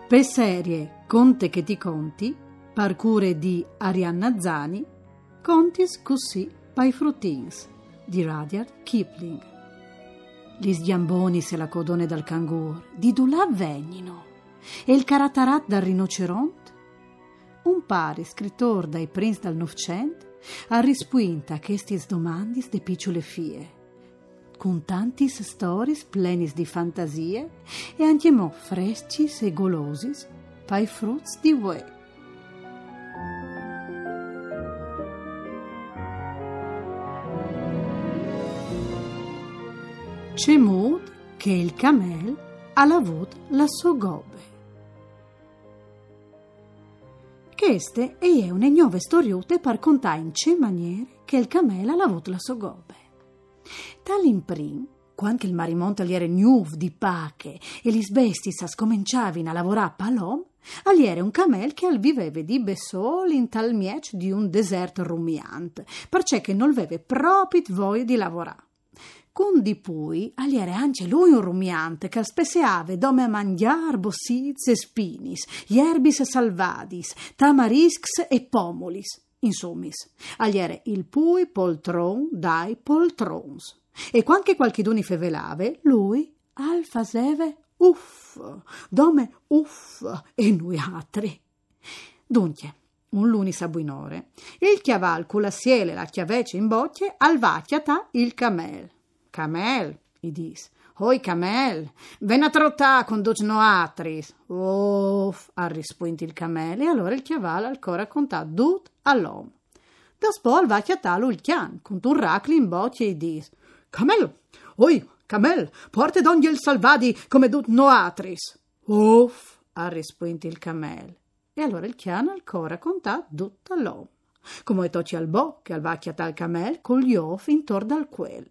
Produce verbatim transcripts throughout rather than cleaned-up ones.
Per serie Conte che ti conti, parcure di Arianna Zani, contis così pai fruttins di Rudyard Kipling. Gli sgiamboni se la codone dal cangur, di dulà vegnino, e il caratarat dal rinoceronte? Un pare scrittor dai prince dal Novecento ha rispunta che stis domandis de picciole fie, con tantis storis plenis di fantasie e anche mo frescis e golosis pai fruts di ue. C'è mod che il camel ha lavut la sua gobbe. Queste è una nuove storiute per contare in che maniere che il camel ha lavut la sua gobbe. Tall'imprim, quando il marimonte era nuovo di pache e gli bestis scominciavano a lavorare a l'om, agli era un camel che al viveva di besol in tal miec di un deserto rumiante, perché che non aveva proprio voglia di lavorare. Con di poi, agli era anche lui un rumiante che spesseava dome a mangiar bossiz e spinis, ierbis e salvadis, tamariscs e pomolis. Insommis, agli era il pui poltron dai poltrons. E quando qualchiduni fevelave, lui al faseve uff, dome uff e noi altri. Dunque, un luni sabuinore, il chiaval con la siele e la chiavece in bocche al vacchiata il camel. Camel, i dis, oi camel, ven a trottà con duc noatris. Uff, ha risposto il camel, e allora il chiaval ancora contà dut all'om. Dopo al vacchiata il chian, con un racli in bocche e i dis, camel, oi, camel, porte d'ogni il salvadi come dut noatris. Uff, ha risposto il camel, e allora il chian ancora contà dut all'om. Come è tocci al bo, che al vacchiata il camel, con gli off intorno al quel.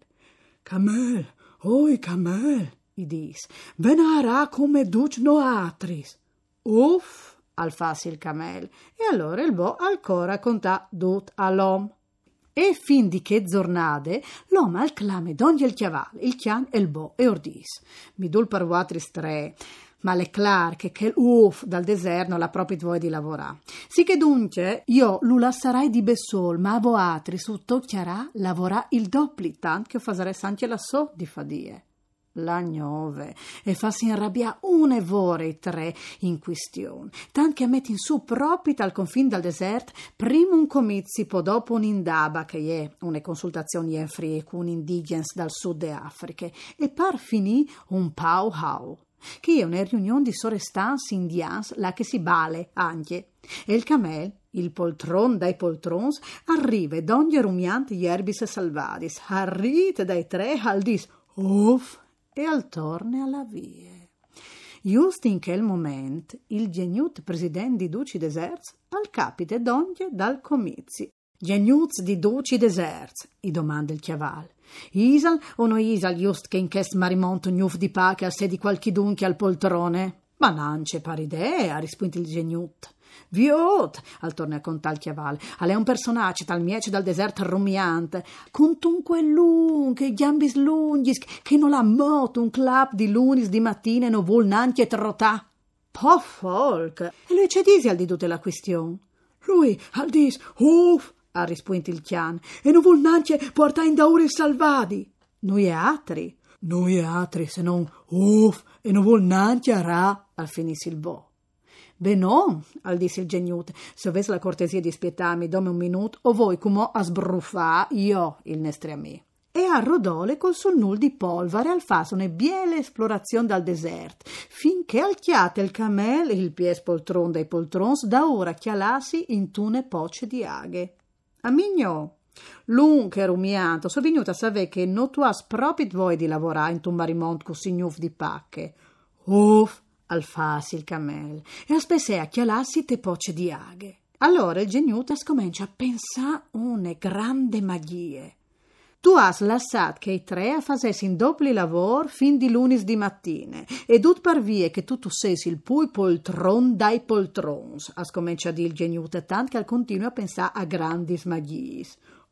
Camel, oi camel, i dis, venarà come duc noatris. Uff, al fassi il camel, e allora il bo ancora contà dut all'om. E fin di che giornate, l'om al clame d'ogni il chiavale, il chian e il bo, e ordis, mi dul parvuatris tre, ma le clar che che uff dal deserno la propria voglia di lavorare. Sì che dunque io lu lasserai di besol, ma a voatri su tocchiarà lavorà il doppli, tant che fasare anche la so di fadie. La gnove, e fassi inrabbia une vore i tre in questione, tant che metti in su proprio al confine dal desert, prima un comizi, poi dopo un'indaba, che è una consultazione in fri con indigens dal sud de Africa, e par finì un pau hau, che è una riunione di sorestans indians là che si bale anche, e il camel, il poltron dai poltrons, arriva d'ogni rumiante ierbis e salvadis, arrite dai tre al dis, uff, e al torne alla vie. Just in quel moment, il geniut presidente di Duci Deserts al capite d'ogni dal comizi. Geniuz di Duci Deserts, i domanda il chiaval. Isal o no isal just che in chest marimonto gnuf di pache al sedi qualchidun che al poltrone? Ma non c'è par idea, ha risposto il geniut. Viot, al torne a contà il chiavale, alle un personaggio tal miece dal deserto rumiante, con tunque lunghe, gambis lunghis, che non ha moto un clap di lunis di mattina e non vuol nanche trotà. Po folk, e lui c'è disi al di tutte la questione. Lui al dis, uff, ha risposto il chian, e non vuol nanche portare in dauri salvadi. Noi e altri, noi e altri, se non uff, e non vuol nanche arà, al finissi il bo. Beh no, al disse il geniut, se avesse la cortesia di spietarmi domme un minuto, o voi come a sbruffà io il nestre a me. E a rodole col sul null di polvere al faso una biele esplorazione dal desert, finché al chiate il camel, il pies poltron dai poltrons, da ora chialassi in tune poce di aghe. A migno, l'un che rumianto, so venuta a sapere che non tu has proprio voglia di lavorare in tu marimont così gnuf di pacche. Uff, al fassi il camel, e aspesse a chialassi te poce di aghe. Allora il geniuta scomincia a pensare une grande magie. Tu has lassat che i tre a fasessi in doppli lavoro fin di lunis di mattine, e dut par vie che tu tu sessi il pui poltron dai poltrons, a scomincia a dire il geniuta, tant che al continuo a pensare a grandi smaghis.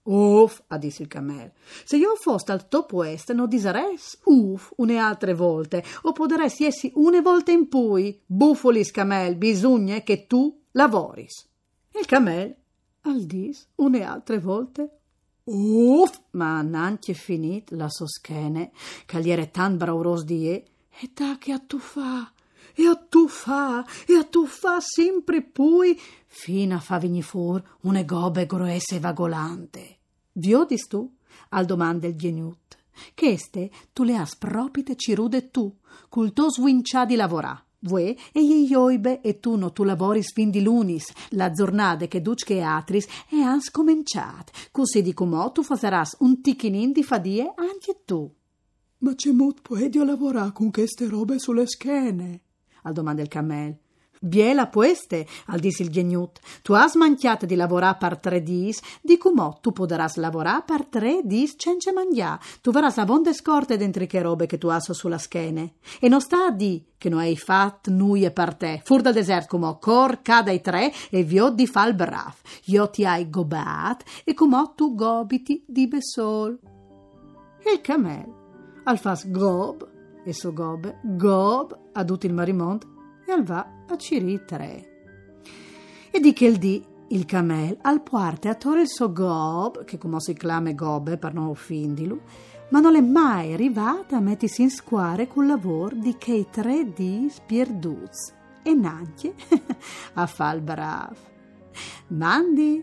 Uff, ha disse il camel, se io foste al topo est non diseres uff une altre volte, o poderesti essi une volte in poi, bufolis camel, bisogna che tu lavoris. Il camel al dis une altre volte uff, ma annanche finit la soschene, che gli era tan brauros die, e ta che attuffa, e attuffa, e attuffa sempre poi, fino a fa venire fuori une gobe groesse e vagolante. Viodis tu? Al domanda il geniut. Che este tu le has propite cirude tu, cul to swincià di lavorà. Vue e gli ioibe e tu no tu lavoris fin di lunis, la giornade che duc che atris e han scominciat, così di comò tu fasaras un ticchinin di fadie anche tu. Ma c'è mot puedio lavorà con queste robe sulle schene? Al domanda il camel. Biela pueste, al dis il geniut, tu has manchiata di lavorà per tre dis, di comò tu poderas lavorà per tre dis cence mangià, tu verras avonde scorte dentro che robe che tu has sulla schene, e non sta a di che no hai fat nuie per te, fur dal desert comò cor cada i tre e vio di fal brav, io ti hai gobat e comò tu gobiti di besol. E il camel al fas gob, e so gobe, gob, adut il marimont, e al va a ciri tre. E di che il di il camel al puarte a tore il so gob, che come si clame gobe per non offendilu, ma non è mai arrivata a mettersi in square col lavoro di che i tre di spierduz e nanche a fal brav. Mandi.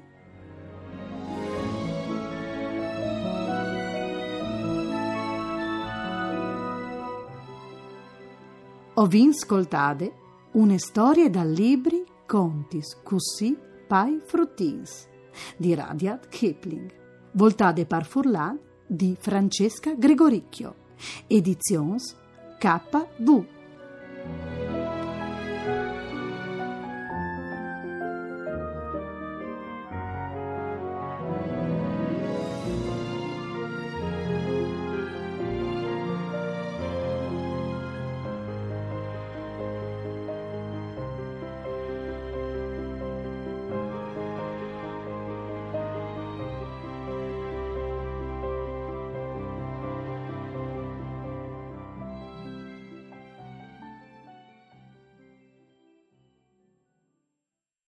Ho vin scoltade une storie dal libri Contis cusì pai fruttins di Rudyard Kipling, voltate par Furlan di Francesca Gregoricchio, editions K V.